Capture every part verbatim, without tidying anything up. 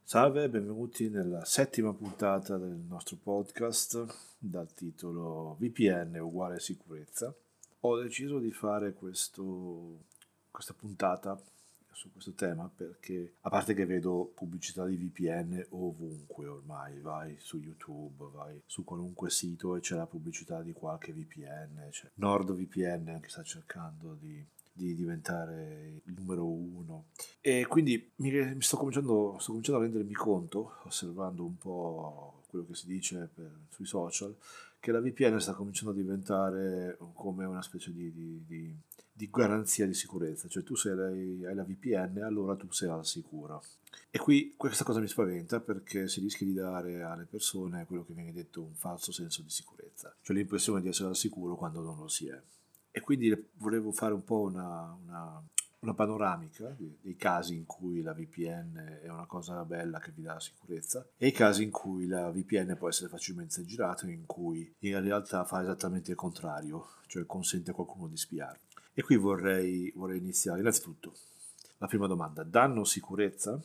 Salve, benvenuti nella settima puntata del nostro podcast dal titolo V P N uguale sicurezza. Ho deciso di fare questo, questa puntata su questo tema perché, a parte che vedo pubblicità di V P N ovunque ormai, vai su YouTube, vai su qualunque sito e c'è la pubblicità di qualche V P N, c'è NordVPN che sta cercando di di diventare il numero uno e quindi mi, mi sto, cominciando, sto cominciando a rendermi conto, osservando un po' quello che si dice per, sui social, che la V P N sta cominciando a diventare come una specie di, di, di, di garanzia di sicurezza, cioè tu se hai, hai la V P N allora tu sei al sicuro. E qui questa cosa mi spaventa perché si rischia di dare alle persone quello che viene detto un falso senso di sicurezza, cioè l'impressione di essere al sicuro quando non lo si è. E quindi volevo fare un po' una, una, una panoramica dei casi in cui la V P N è una cosa bella che vi dà sicurezza e i casi in cui la V P N può essere facilmente girata e in cui in realtà fa esattamente il contrario, cioè consente a qualcuno di spiare. E qui vorrei, vorrei iniziare innanzitutto. La prima domanda, danno sicurezza?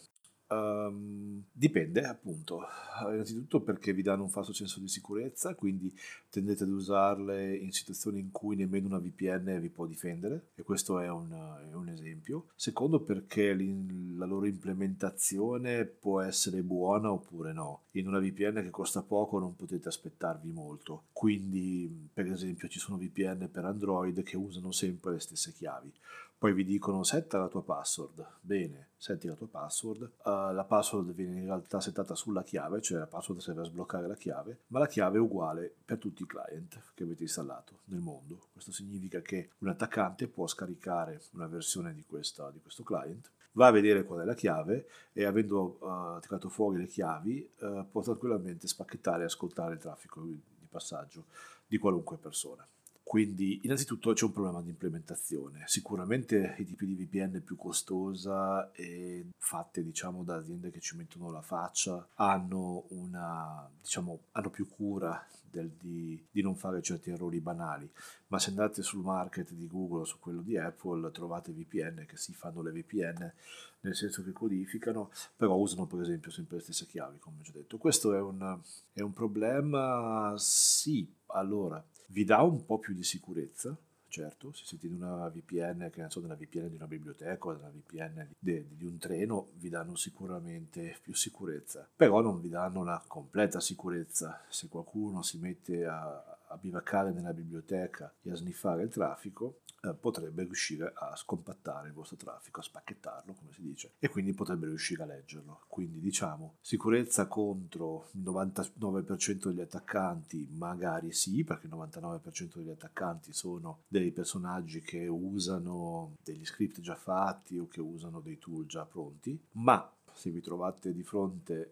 Um, dipende appunto, innanzitutto perché vi danno un falso senso di sicurezza, quindi tendete ad usarle in situazioni in cui nemmeno una V P N vi può difendere, e questo è un, è un esempio. Secondo, perché la loro implementazione può essere buona oppure no. In una V P N che costa poco non potete aspettarvi molto, quindi per esempio ci sono V P N per Android che usano sempre le stesse chiavi. Poi vi dicono setta la tua password, bene, setti la tua password, uh, la password viene in realtà settata sulla chiave, cioè la password serve a sbloccare la chiave, ma la chiave è uguale per tutti i client che avete installato nel mondo. Questo significa che un attaccante può scaricare una versione di, questa, di questo client, va a vedere qual è la chiave e, avendo uh, tirato fuori le chiavi, uh, può tranquillamente spacchettare e ascoltare il traffico di passaggio di qualunque persona. Quindi innanzitutto c'è un problema di implementazione. Sicuramente i tipi di V P N più costosa e fatte diciamo da aziende che ci mettono la faccia hanno una diciamo hanno più cura del, di, di non fare certi errori banali, ma se andate sul market di Google o su quello di Apple trovate V P N che si fanno le V P N nel senso che codificano, però usano per esempio sempre le stesse chiavi, come ho già detto. Questo è un, è un problema, sì, allora vi dà un po' più di sicurezza, certo, se siete in una V P N, che ne so, della V P N di una biblioteca o della V P N di, di un treno, vi danno sicuramente più sicurezza, però non vi danno una completa sicurezza. Se qualcuno si mette a, a bivaccare nella biblioteca e a sniffare il traffico, eh, potrebbe riuscire a scompattare il vostro traffico, a spacchettarlo, come si dice, e quindi potrebbe riuscire a leggerlo. Quindi diciamo, sicurezza contro il novantanove per cento degli attaccanti, magari sì, perché il novantanove per cento degli attaccanti sono dei personaggi che usano degli script già fatti o che usano dei tool già pronti, ma se vi trovate di fronte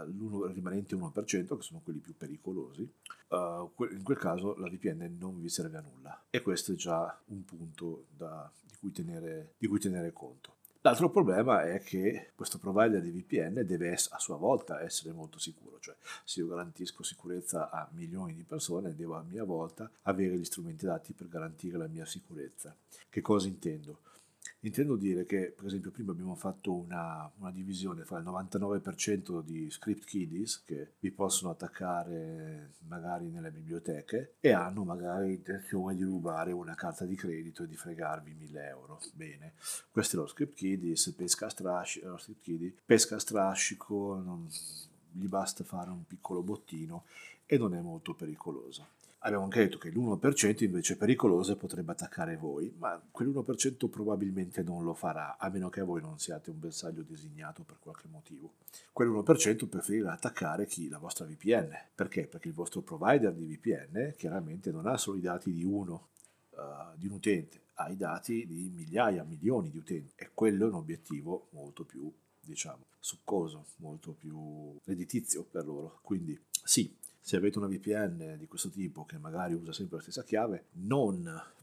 al rimanente uno per cento, che sono quelli più pericolosi, uh, in quel caso la V P N non vi serve a nulla. E questo è già un punto da, di, cui tenere, di cui tenere conto. L'altro problema è che questo provider di V P N deve a sua volta essere molto sicuro, cioè se io garantisco sicurezza a milioni di persone, devo a mia volta avere gli strumenti adatti per garantire la mia sicurezza. Che cosa intendo? Intendo dire che, per esempio, prima abbiamo fatto una, una divisione fra il novantanove per cento di script kiddies che vi possono attaccare magari nelle biblioteche e hanno magari intenzione di rubare una carta di credito e di fregarvi mille euro. Bene, questo è lo script kiddies, pesca a strascico, lo script kiddie, pesca a strascico, non, gli basta fare un piccolo bottino e non è molto pericoloso. Abbiamo anche detto che l'uno per cento invece è pericoloso e potrebbe attaccare voi, ma quell'uno per cento probabilmente non lo farà, a meno che voi non siate un bersaglio designato per qualche motivo. Quell'uno per cento preferirà attaccare chi? La vostra V P N. Perché? Perché il vostro provider di V P N chiaramente non ha solo i dati di uno, uh, di un utente, ha i dati di migliaia, milioni di utenti, e quello è un obiettivo molto più, diciamo, succoso, molto più redditizio per loro. Quindi sì, se avete una V P N di questo tipo che magari usa sempre la stessa chiave, non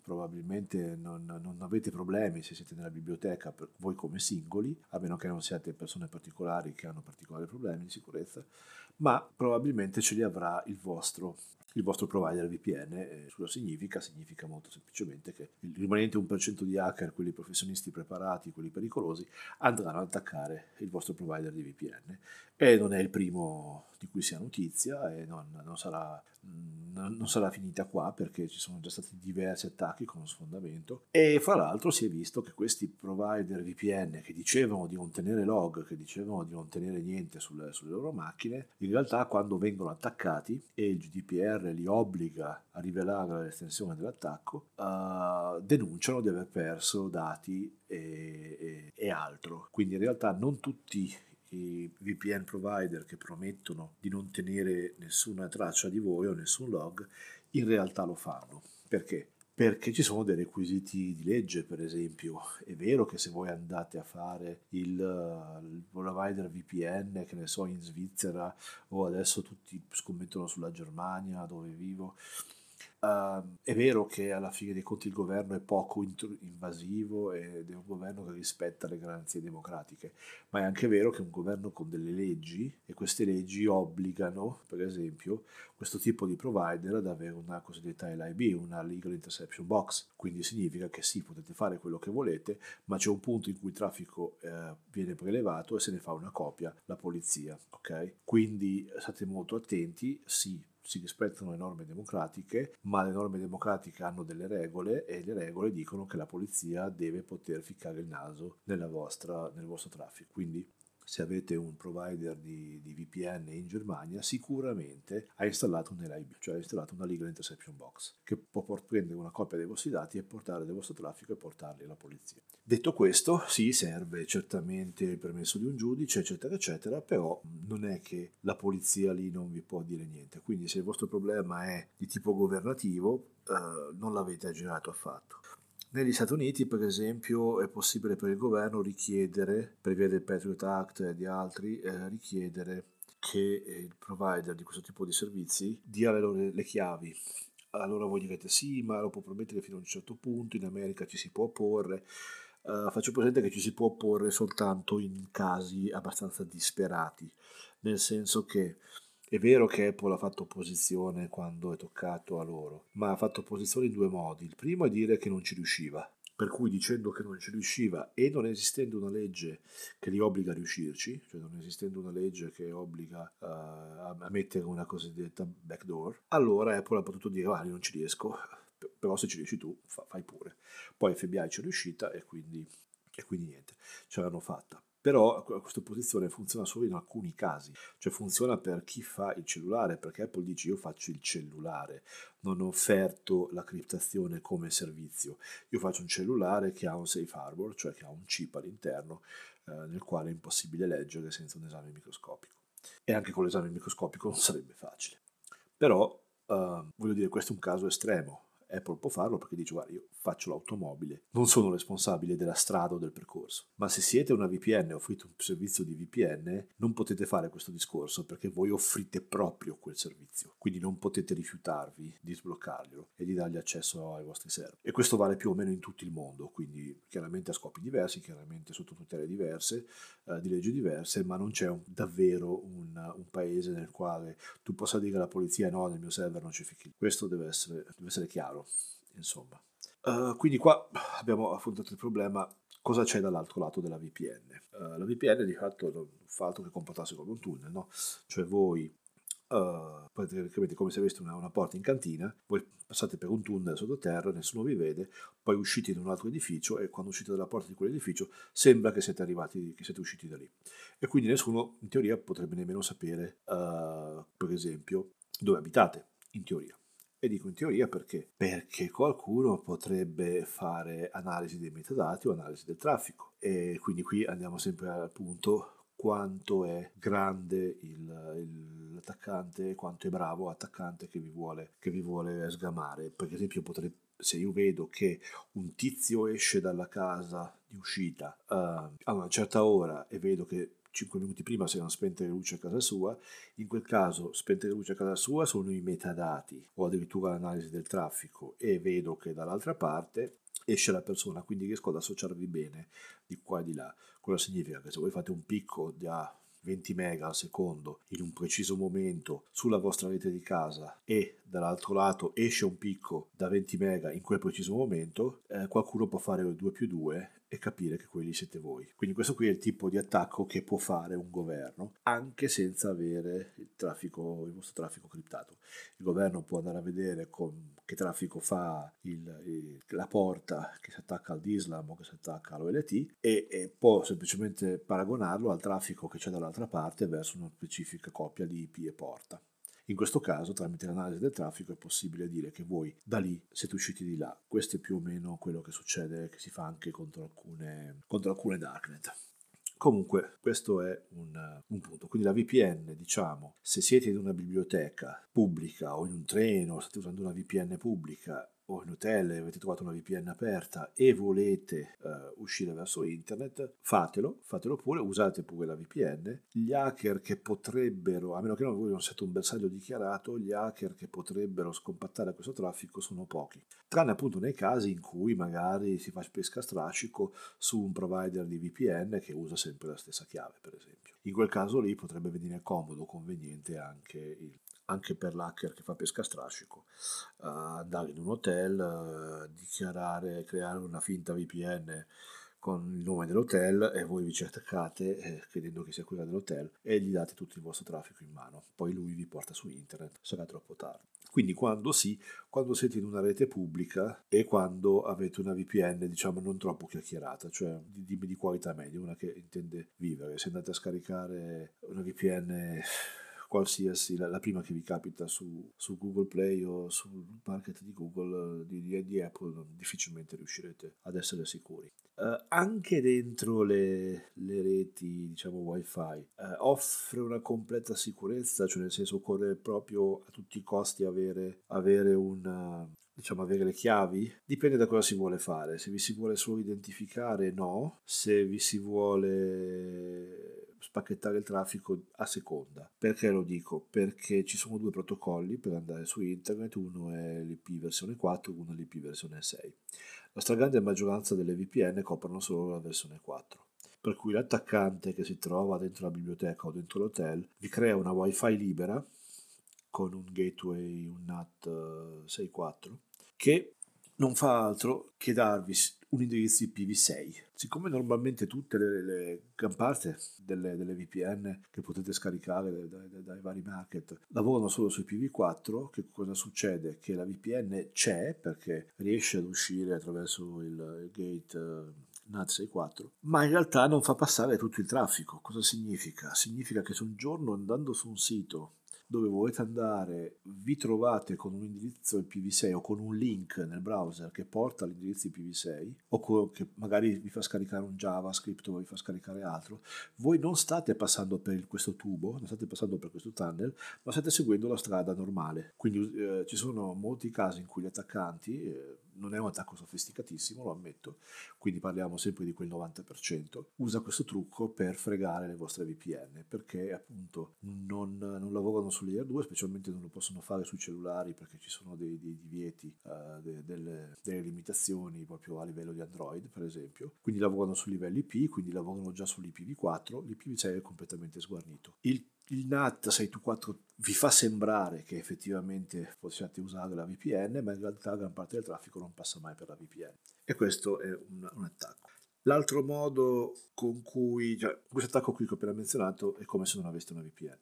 probabilmente non, non avete problemi se siete nella biblioteca per voi come singoli, a meno che non siate persone particolari che hanno particolari problemi di sicurezza, ma probabilmente ce li avrà il vostro, il vostro provider V P N. E cosa significa? Significa molto semplicemente che il rimanente uno per cento di hacker, quelli professionisti preparati, quelli pericolosi, andranno ad attaccare il vostro provider di V P N. E non è il primo di cui si ha notizia, e non, non, sarà, non, non sarà finita qua, perché ci sono già stati diversi attacchi con sfondamento. E fra l'altro si è visto che questi provider V P N che dicevano di non tenere log, che dicevano di non tenere niente sulle, sulle loro macchine, in realtà quando vengono attaccati e il G D P R li obbliga a rivelare l'estensione dell'attacco, uh, denunciano di aver perso dati e, e, e altro. Quindi in realtà non tutti i V P N provider che promettono di non tenere nessuna traccia di voi o nessun log, in realtà lo fanno. Perché? Perché ci sono dei requisiti di legge, per esempio. È vero che se voi andate a fare il, il provider V P N, che ne so, in Svizzera, o adesso tutti scommettono sulla Germania, dove vivo, Uh, è vero che alla fine dei conti il governo è poco invasivo ed è un governo che rispetta le garanzie democratiche, ma è anche vero che è un governo con delle leggi, e queste leggi obbligano, per esempio, questo tipo di provider ad avere una cosiddetta L I B, una Legal Interception Box. Quindi significa che sì, potete fare quello che volete, ma c'è un punto in cui il traffico eh, viene prelevato e se ne fa una copia la polizia, ok? Quindi state molto attenti, sì, si rispettano le norme democratiche, ma le norme democratiche hanno delle regole, e le regole dicono che la polizia deve poter ficcare il naso nella vostra, nel vostro traffico. Quindi se avete un provider di, di V P N in Germania, sicuramente ha installato un L I B, cioè ha installato una Legal Interception Box, che può prendere una copia dei vostri dati e portare del vostro traffico e portarli alla polizia. Detto questo, sì, serve certamente il permesso di un giudice, eccetera, eccetera, però non è che la polizia lì non vi può dire niente. Quindi se il vostro problema è di tipo governativo, eh, non l'avete aggirato affatto. Negli Stati Uniti, per esempio, è possibile per il governo richiedere, per via del Patriot Act e di altri, eh, richiedere che il provider di questo tipo di servizi dia le, loro, le chiavi. Allora voi direte sì, ma lo può promettere fino a un certo punto, in America ci si può opporre. Uh, faccio presente che ci si può opporre soltanto in casi abbastanza disperati, nel senso che è vero che Apple ha fatto opposizione quando è toccato a loro, ma ha fatto opposizione in due modi. Il primo è dire che non ci riusciva, per cui dicendo che non ci riusciva e non esistendo una legge che li obbliga a riuscirci, cioè non esistendo una legge che obbliga uh, a mettere una cosiddetta backdoor, allora Apple ha potuto dire ah, io non ci riesco, però se ci riesci tu fa, fai pure. Poi F B I ci è riuscita e quindi, e quindi niente, ce l'hanno fatta. Però questa opposizione funziona solo in alcuni casi, cioè funziona per chi fa il cellulare, perché Apple dice io faccio il cellulare, non ho offerto la criptazione come servizio, io faccio un cellulare che ha un safe harbor, cioè che ha un chip all'interno eh, nel quale è impossibile leggere senza un esame microscopico. E anche con l'esame microscopico non sarebbe facile. Però, eh, voglio dire, questo è un caso estremo. Apple può farlo perché dice guarda io faccio l'automobile, non sono responsabile della strada o del percorso. Ma se siete una V P N e offrite un servizio di V P N, non potete fare questo discorso perché voi offrite proprio quel servizio, quindi non potete rifiutarvi di sbloccarglielo e di dargli accesso ai vostri server. E questo vale più o meno in tutto il mondo, quindi chiaramente a scopi diversi, chiaramente sotto tutele diverse, eh, di leggi diverse, ma non c'è un, davvero un, un paese nel quale tu possa dire alla polizia no, nel mio server non c'è fichi. Questo deve essere, deve essere chiaro, insomma. Uh, quindi qua abbiamo affrontato il problema cosa c'è dall'altro lato della V P N. Uh, la V P N di fatto non fa altro che comportarsi come un tunnel, no? Cioè voi uh, praticamente come se aveste una, una porta in cantina, voi passate per un tunnel sottoterra, nessuno vi vede, poi uscite in un altro edificio e quando uscite dalla porta di quell'edificio sembra che siete arrivati, che siete usciti da lì. E quindi nessuno in teoria potrebbe nemmeno sapere, uh, per esempio, dove abitate, in teoria. E dico in teoria perché? Perché qualcuno potrebbe fare analisi dei metadati o analisi del traffico. E quindi qui andiamo sempre al punto quanto è grande il, il, l'attaccante, quanto è bravo l'attaccante che vi vuole, che vi vuole sgamare. Per esempio potrei, se io vedo che un tizio esce dalla casa di uscita uh, a una certa ora e vedo che cinque minuti prima si erano spente le luci a casa sua. In quel caso, spente le luci a casa sua sono i metadati o addirittura l'analisi del traffico, e vedo che dall'altra parte esce la persona, quindi riesco ad associarvi bene di qua e di là. Cosa significa? Che se voi fate un picco da venti mega al secondo in un preciso momento sulla vostra rete di casa e dall'altro lato esce un picco da venti mega in quel preciso momento, eh, qualcuno può fare due più due e capire che quelli siete voi. Quindi questo qui è il tipo di attacco che può fare un governo anche senza avere il traffico, il vostro traffico criptato. Il governo può andare a vedere con che traffico fa il, il, la porta che si attacca all'Islam o che si attacca all'O L T e, e può semplicemente paragonarlo al traffico che c'è dall'altra parte verso una specifica coppia di I P e porta. In questo caso, tramite l'analisi del traffico, è possibile dire che voi da lì siete usciti di là. Questo è più o meno quello che succede, che si fa anche contro alcune, contro alcune darknet. Comunque, questo è un, un punto. Quindi la V P N, diciamo, se siete in una biblioteca pubblica o in un treno, state usando una V P N pubblica, o in hotel e avete trovato una V P N aperta e volete uh, uscire verso internet, fatelo, fatelo pure, usate pure la V P N. Gli hacker che potrebbero, a meno che non voi non siate un bersaglio dichiarato, gli hacker che potrebbero scompattare questo traffico sono pochi, tranne appunto nei casi in cui magari si fa pesca a strascico su un provider di V P N che usa sempre la stessa chiave, per esempio. In quel caso lì potrebbe venire comodo, conveniente anche il anche per l'hacker che fa pesca a strascico, uh, andare in un hotel, uh, dichiarare, creare una finta V P N con il nome dell'hotel e voi vi ci attaccate eh, credendo che sia quella dell'hotel e gli date tutto il vostro traffico in mano. Poi lui vi porta su internet, sarà troppo tardi. Quindi quando sì, quando siete in una rete pubblica e quando avete una V P N, diciamo, non troppo chiacchierata, cioè di, di, di qualità media, una che intende vivere. Se andate a scaricare una V P N qualsiasi, la, la prima che vi capita su, su Google Play o sul market di Google, di, di, di Apple, difficilmente riuscirete ad essere sicuri. Uh, anche dentro le, le reti, diciamo, wifi, uh, offre una completa sicurezza, cioè nel senso occorre proprio a tutti i costi avere, avere una, diciamo, avere le chiavi? Dipende da cosa si vuole fare. Se vi si vuole solo identificare, no. Se vi si vuole spacchettare il traffico, a seconda. Perché lo dico? Perché ci sono due protocolli per andare su internet, uno è l'I P versione quattro, uno è l'I P versione sei. La stragrande maggioranza delle V P N coprono solo la versione quattro. Per cui l'attaccante che si trova dentro la biblioteca o dentro l'hotel vi crea una wifi libera con un gateway, un N A T sei quattro, che non fa altro che darvi un indirizzo I P v sei. Siccome normalmente tutte le, le gran parte delle, delle V P N che potete scaricare dai, dai, dai vari market lavorano solo su I P v quattro, che cosa succede? Che la V P N c'è perché riesce ad uscire attraverso il, il gate uh, N A T sei quattro, ma in realtà non fa passare tutto il traffico. Cosa significa? Significa che se un giorno andando su un sito dove volete andare vi trovate con un indirizzo I P v sei o con un link nel browser che porta all'indirizzo I P v sei o co- che magari vi fa scaricare un JavaScript o vi fa scaricare altro, voi non state passando per questo tubo, non state passando per questo tunnel, ma state seguendo la strada normale. Quindi eh, ci sono molti casi in cui gli attaccanti, eh, non è un attacco sofisticatissimo, lo ammetto, quindi parliamo sempre di quel novanta per cento, usa questo trucco per fregare le vostre V P N, perché appunto non, non lavorano su layer due, specialmente non lo possono fare sui cellulari perché ci sono dei, dei divieti, uh, de, delle, delle limitazioni proprio a livello di Android, per esempio. Quindi lavorano su livelli I P, quindi lavorano già sull'I P v quattro, l'I P v sei è completamente sguarnito. Il Il N A T sei quattro vi fa sembrare che effettivamente possiate usare la V P N, ma in realtà gran parte del traffico non passa mai per la V P N. E questo è un, un attacco. L'altro modo con cui, cioè, questo attacco qui che ho appena menzionato è come se non aveste una V P N.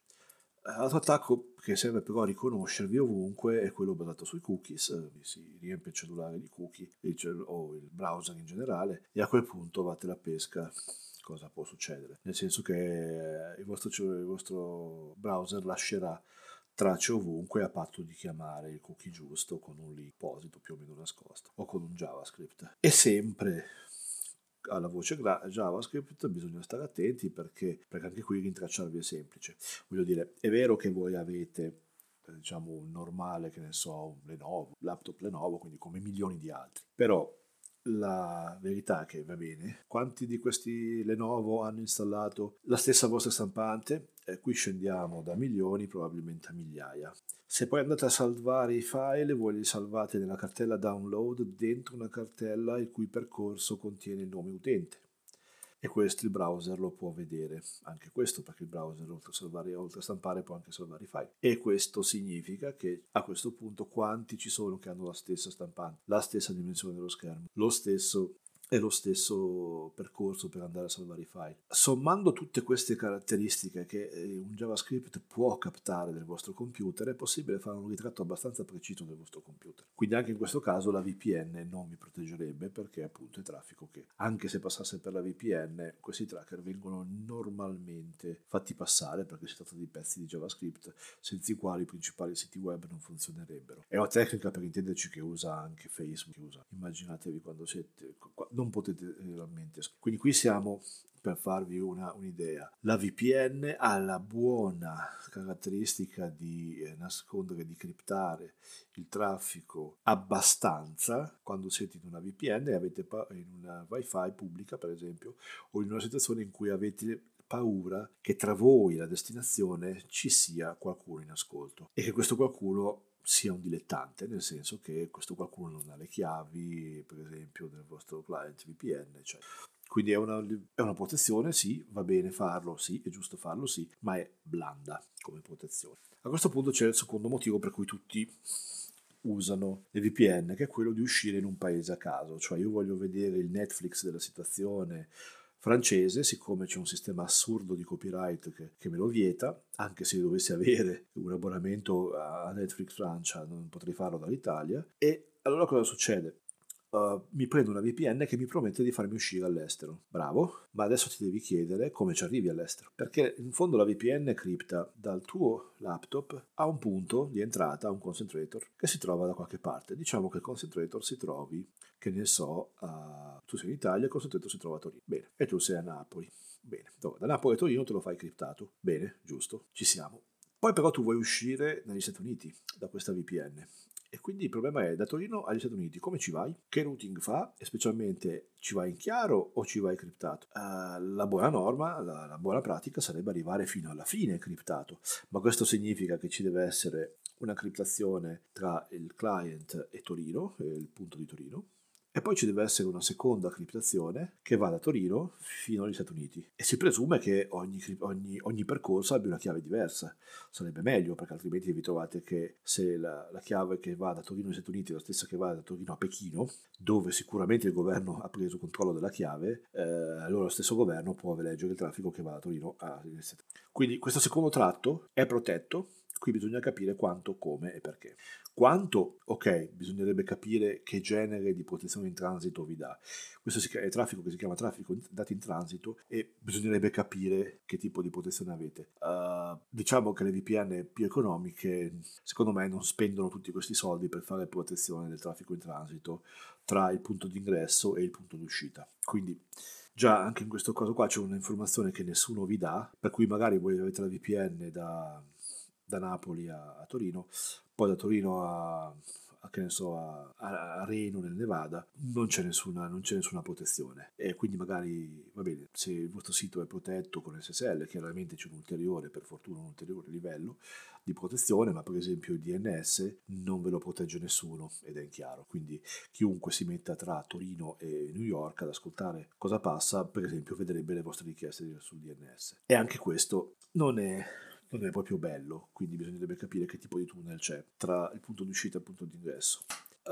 L'altro attacco che serve però a riconoscervi ovunque è quello basato sui cookies, si riempie il cellulare di cookie il cell- o il browser in generale e a quel punto vate la pesca. Cosa può succedere? Nel senso che il vostro, il vostro browser lascerà tracce ovunque a patto di chiamare il cookie giusto con un link apposito più o meno nascosto o con un JavaScript. E sempre alla voce JavaScript bisogna stare attenti perché, perché anche qui rintracciarvi è semplice. Voglio dire, è vero che voi avete eh, diciamo un normale, che ne so, un Lenovo, laptop Lenovo, quindi come milioni di altri, però la verità è che va bene. Quanti di questi Lenovo hanno installato la stessa vostra stampante? Eh, qui scendiamo da milioni probabilmente a migliaia. Se poi andate a salvare i file, voi li salvate nella cartella download dentro una cartella il cui percorso contiene il nome utente. E questo il browser lo può vedere, anche questo perché il browser oltre a, salvare, oltre a stampare può anche salvare i file. E questo significa che a questo punto quanti ci sono che hanno la stessa stampante, la stessa dimensione dello schermo, lo stesso è lo stesso percorso per andare a salvare i file. Sommando tutte queste caratteristiche che un JavaScript può captare del vostro computer, è possibile fare un ritratto abbastanza preciso del vostro computer. Quindi anche in questo caso la V P N non vi proteggerebbe perché appunto è traffico che, anche se passasse per la V P N, questi tracker vengono normalmente fatti passare perché si tratta di pezzi di JavaScript senza i quali i principali siti web non funzionerebbero. È una tecnica, per intenderci, che usa anche Facebook. Che usa. Immaginatevi quando siete... non potete realmente... Quindi qui siamo, per farvi una, un'idea, la V P N ha la buona caratteristica di eh, nascondere, di criptare il traffico abbastanza quando siete in una V P N e avete pa- in una Wi-Fi pubblica, per esempio, o in una situazione in cui avete paura che tra voi e la destinazione ci sia qualcuno in ascolto e che questo qualcuno sia un dilettante, nel senso che questo qualcuno non ha le chiavi, per esempio, del vostro client V P N, cioè. Quindi è una, è una protezione, sì, va bene farlo, sì, è giusto farlo, sì, ma è blanda come protezione. A questo punto c'è il secondo motivo per cui tutti usano le V P N, che è quello di uscire in un paese a caso, cioè io voglio vedere il Netflix della situazione francese, siccome c'è un sistema assurdo di copyright che, che me lo vieta, anche se io dovessi avere un abbonamento a Netflix Francia non potrei farlo dall'Italia, e allora cosa succede? Uh, mi prendo una V P N che mi promette di farmi uscire all'estero. Bravo, ma adesso ti devi chiedere come ci arrivi all'estero. Perché in fondo la V P N cripta dal tuo laptop a un punto di entrata, a un concentrator, che si trova da qualche parte. Diciamo che il concentrator si trovi, che ne so, uh, tu sei in Italia, il concentrator si trova a Torino. Bene, e tu sei a Napoli. Bene, da Napoli a Torino te lo fai criptato. Bene, giusto, ci siamo. Poi però tu vuoi uscire negli Stati Uniti da questa V P N. E quindi il problema è da Torino agli Stati Uniti come ci vai? Che routing fa? E specialmente ci vai in chiaro o ci vai criptato? Uh, la buona norma, la, la buona pratica sarebbe arrivare fino alla fine criptato, ma questo significa che ci deve essere una criptazione tra il client e Torino, il punto di Torino, e poi ci deve essere una seconda criptazione che va da Torino fino agli Stati Uniti. E si presume che ogni, ogni, ogni percorso abbia una chiave diversa. Sarebbe meglio, perché altrimenti vi trovate che se la, la chiave che va da Torino agli Stati Uniti è la stessa che va da Torino a Pechino, dove sicuramente il governo ha preso controllo della chiave, eh, allora lo stesso governo può leggere il traffico che va da Torino agli Stati Uniti. Quindi questo secondo tratto è protetto. Qui bisogna capire quanto, come e perché. Quanto, ok, bisognerebbe capire che genere di protezione in transito vi dà. Questo è traffico che si chiama traffico dati in transito e bisognerebbe capire che tipo di protezione avete. Uh, diciamo che le V P N più economiche, secondo me, non spendono tutti questi soldi per fare protezione del traffico in transito tra il punto di ingresso e il punto di uscita. Quindi già anche in questo caso qua c'è un'informazione che nessuno vi dà, per cui magari voi avete la V P N da, da Napoli a, a Torino, poi da Torino a, a, che ne so, a, a Reno nel Nevada, non c'è, nessuna, non c'è nessuna protezione. E quindi magari, va bene, se il vostro sito è protetto con S S L, chiaramente c'è un ulteriore, per fortuna un ulteriore livello di protezione, ma per esempio il D N S non ve lo protegge nessuno ed è in chiaro. Quindi chiunque si metta tra Torino e New York ad ascoltare cosa passa, per esempio, vedrebbe le vostre richieste sul D N S. E anche questo non è... non è proprio bello, quindi bisognerebbe capire che tipo di tunnel c'è tra il punto di uscita e il punto di ingresso.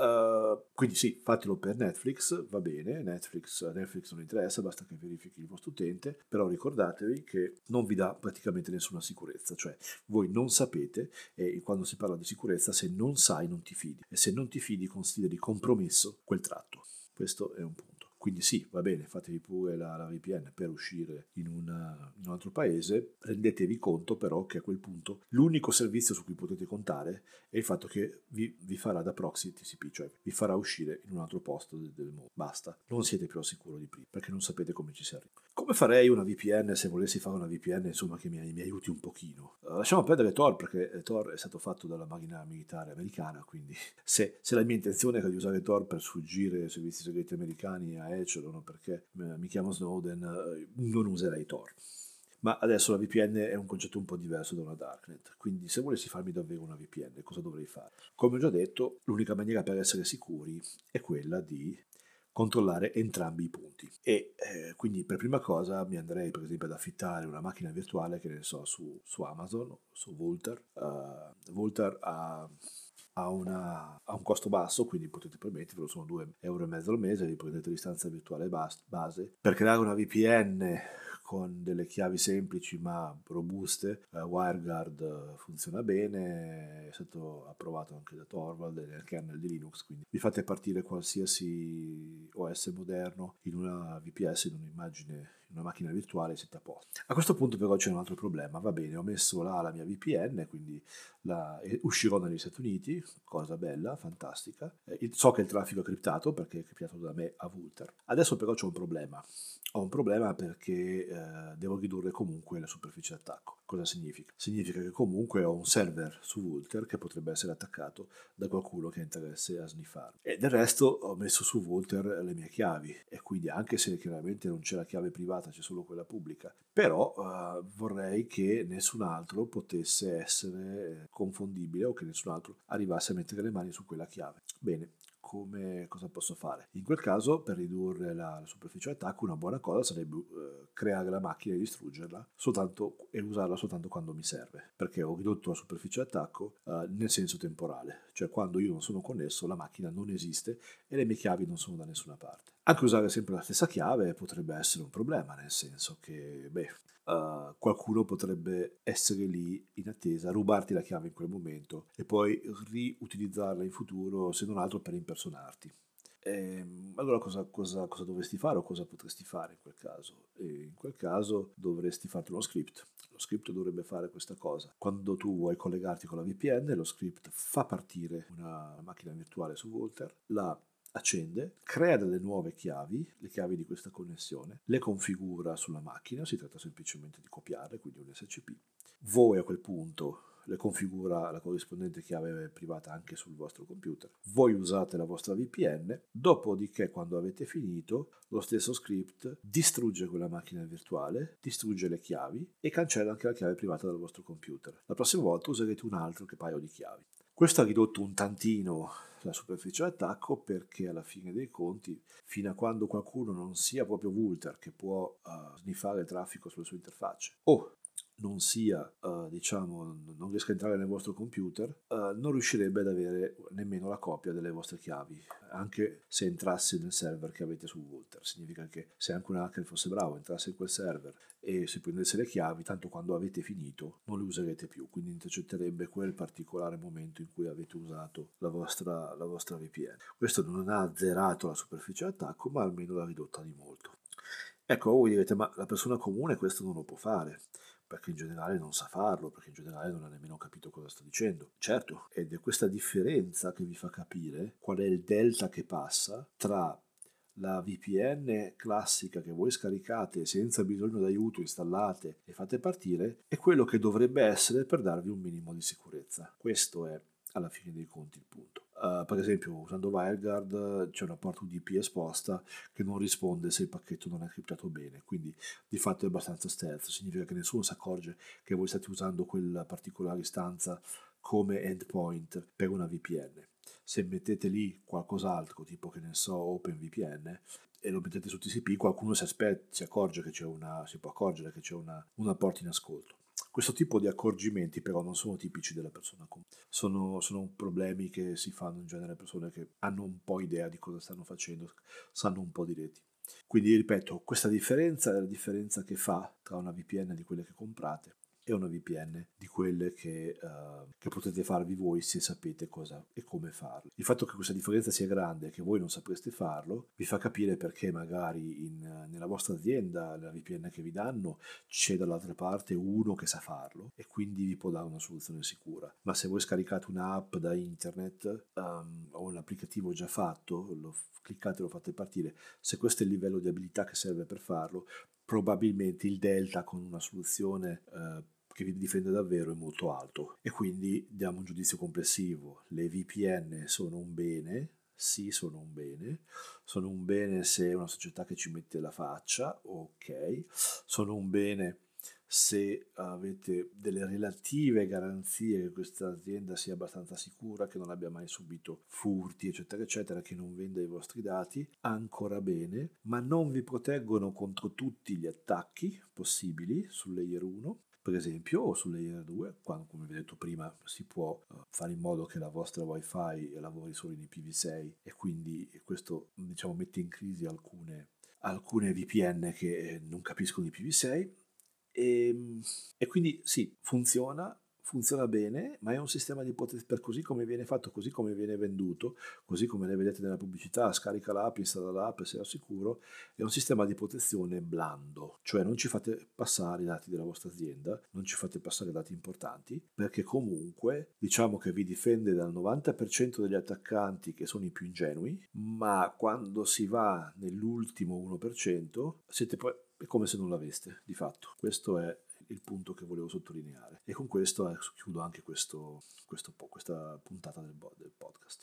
Uh, quindi sì, fatelo per Netflix, va bene, Netflix, a Netflix non interessa, basta che verifichi il vostro utente, però ricordatevi che non vi dà praticamente nessuna sicurezza, cioè voi non sapete, e quando si parla di sicurezza, se non sai non ti fidi, e se non ti fidi consideri compromesso quel tratto. Questo è un punto. Quindi sì, va bene, fatevi pure la, la V P N per uscire in, una, in un altro paese, rendetevi conto però che a quel punto l'unico servizio su cui potete contare è il fatto che vi, vi farà da proxy T C P, cioè vi farà uscire in un altro posto del, del mondo. Basta, non siete più al sicuro di prima, perché non sapete come ci si arriva. Come farei una V P N se volessi fare una V P N insomma che mi, mi aiuti un pochino? Uh, lasciamo perdere Tor perché Tor è stato fatto dalla macchina militare americana, quindi se, se la mia intenzione è di usare Tor per sfuggire ai servizi segreti americani a Echelon perché mi chiamo Snowden, uh, non userei Tor. Ma adesso la V P N è un concetto un po' diverso da una darknet, quindi se volessi farmi davvero una V P N cosa dovrei fare? Come ho già detto, l'unica maniera per essere sicuri è quella di controllare entrambi i punti e eh, quindi per prima cosa mi andrei per esempio ad affittare una macchina virtuale che ne so su, su Amazon, su Vultr. uh, Vultr ha ha, una, ha un costo basso, quindi potete permettervelo, sono due euro e mezzo al mese, vi prendete l'istanza virtuale base. Per creare una V P N con delle chiavi semplici ma robuste, uh, WireGuard uh, funziona bene, è stato approvato anche da Torvald nel kernel di Linux, quindi vi fate partire qualsiasi O S moderno in una V P S, in un'immagine, in una macchina virtuale e siete a posto. A questo punto però c'è un altro problema, va bene, ho messo là la mia V P N, quindi la, uscirò negli Stati Uniti, cosa bella, fantastica, eh, so che il traffico è criptato perché è criptato da me a Vultr. Adesso però c'è un problema, ho un problema perché eh, devo ridurre comunque la superficie d'attacco. Cosa significa? Significa che comunque ho un server su Vultr che potrebbe essere attaccato da qualcuno che ha interesse a sniffarlo. E del resto ho messo su Vultr le mie chiavi e quindi anche se chiaramente non c'è la chiave privata, c'è solo quella pubblica, però eh, vorrei che nessun altro potesse essere confondibile o che nessun altro arrivasse a mettere le mani su quella chiave. Bene, come cosa posso fare? In quel caso, per ridurre la, la superficie d'attacco, una buona cosa sarebbe uh, creare la macchina e distruggerla soltanto, e usarla soltanto quando mi serve, perché ho ridotto la superficie d'attacco uh, nel senso temporale, cioè quando io non sono connesso la macchina non esiste e le mie chiavi non sono da nessuna parte. Anche usare sempre la stessa chiave potrebbe essere un problema, nel senso che, beh, Uh, qualcuno potrebbe essere lì in attesa, rubarti la chiave in quel momento e poi riutilizzarla in futuro, se non altro per impersonarti. E, allora cosa, cosa, cosa dovresti fare o cosa potresti fare in quel caso? E in quel caso dovresti farti uno script. Lo script dovrebbe fare questa cosa. Quando tu vuoi collegarti con la V P N, lo script fa partire una macchina virtuale su Vultr, la accende, crea delle nuove chiavi, le chiavi di questa connessione, le configura sulla macchina, si tratta semplicemente di copiarle, quindi un S C P. Voi a quel punto le configura la corrispondente chiave privata anche sul vostro computer. Voi usate la vostra V P N, dopodiché quando avete finito lo stesso script distrugge quella macchina virtuale, distrugge le chiavi e cancella anche la chiave privata dal vostro computer. La prossima volta userete un altro che paio di chiavi. Questo ha ridotto un tantino la superficie d'attacco perché alla fine dei conti, fino a quando qualcuno non sia proprio Vultr che può uh, sniffare il traffico sulle sue interfacce o non sia, uh, diciamo, non riesca a entrare nel vostro computer, uh, non riuscirebbe ad avere nemmeno la copia delle vostre chiavi, anche se entrasse nel server che avete su Vultr. Significa che se anche un hacker fosse bravo, entrasse in quel server e si prendesse le chiavi, tanto quando avete finito non le userete più, quindi intercetterebbe quel particolare momento in cui avete usato la vostra, la vostra V P N. Questo non ha azzerato la superficie d'attacco, ma almeno l'ha ridotta di molto. Ecco, voi direte, ma la persona comune questo non lo può fare, perché in generale non sa farlo, perché in generale non ha nemmeno capito cosa sta dicendo. Certo, ed è questa differenza che vi fa capire qual è il delta che passa tra la V P N classica che voi scaricate senza bisogno d'aiuto, installate e fate partire, e quello che dovrebbe essere per darvi un minimo di sicurezza. Questo è alla fine dei conti il punto. Uh, per esempio, usando WireGuard c'è una porta U D P esposta che non risponde se il pacchetto non è criptato bene, quindi di fatto è abbastanza stealth, significa che nessuno si accorge che voi state usando quella particolare istanza come endpoint per una V P N. Se mettete lì qualcos'altro, tipo che ne so, OpenVPN, e lo mettete su T C P, qualcuno si, aspetta, si accorge che c'è una, si può accorgere che c'è una, una porta in ascolto. Questo tipo di accorgimenti però non sono tipici della persona comune, sono, sono problemi che si fanno in genere persone che hanno un po' idea di cosa stanno facendo, sanno un po' di reti. Quindi ripeto, questa differenza è la differenza che fa tra una V P N di quelle che comprate e una V P N di quelle che, uh, che potete farvi voi se sapete cosa e come farlo. Il fatto che questa differenza sia grande e che voi non sapreste farlo vi fa capire perché magari in, nella vostra azienda, nella V P N che vi danno, c'è dall'altra parte uno che sa farlo e quindi vi può dare una soluzione sicura. Ma se voi scaricate un'app da internet um, o un applicativo già fatto, lo cliccate e lo fate partire, se questo è il livello di abilità che serve per farlo, probabilmente il delta con una soluzione eh, che vi difende davvero è molto alto, e quindi diamo un giudizio complessivo. Le V P N sono un bene? Sì, sono un bene. Sono un bene se è una società che ci mette la faccia, ok. Sono un bene se avete delle relative garanzie che questa azienda sia abbastanza sicura, che non abbia mai subito furti, eccetera, eccetera, che non venda i vostri dati, ancora bene, ma non vi proteggono contro tutti gli attacchi possibili sul layer uno, per esempio, o sul layer due, quando, come vi ho detto prima, si può uh, fare in modo che la vostra wifi lavori solo in I P v sei, e quindi questo, diciamo, mette in crisi alcune, alcune V P N che non capiscono I P v sei. E, e quindi sì, funziona, funziona bene, ma è un sistema di protezione, per così come viene fatto, così come viene venduto, così come le vedete nella pubblicità: scarica l'app, installa l'app, sei al sicuro. È un sistema di protezione blando, cioè non ci fate passare i dati della vostra azienda, non ci fate passare dati importanti, perché comunque diciamo che vi difende dal novanta per cento degli attaccanti, che sono i più ingenui, ma quando si va nell'ultimo uno per cento siete poi è come se non l'aveste, di fatto. Questo è il punto che volevo sottolineare. E con questo eh, chiudo anche questo, questo, questa puntata del, del podcast.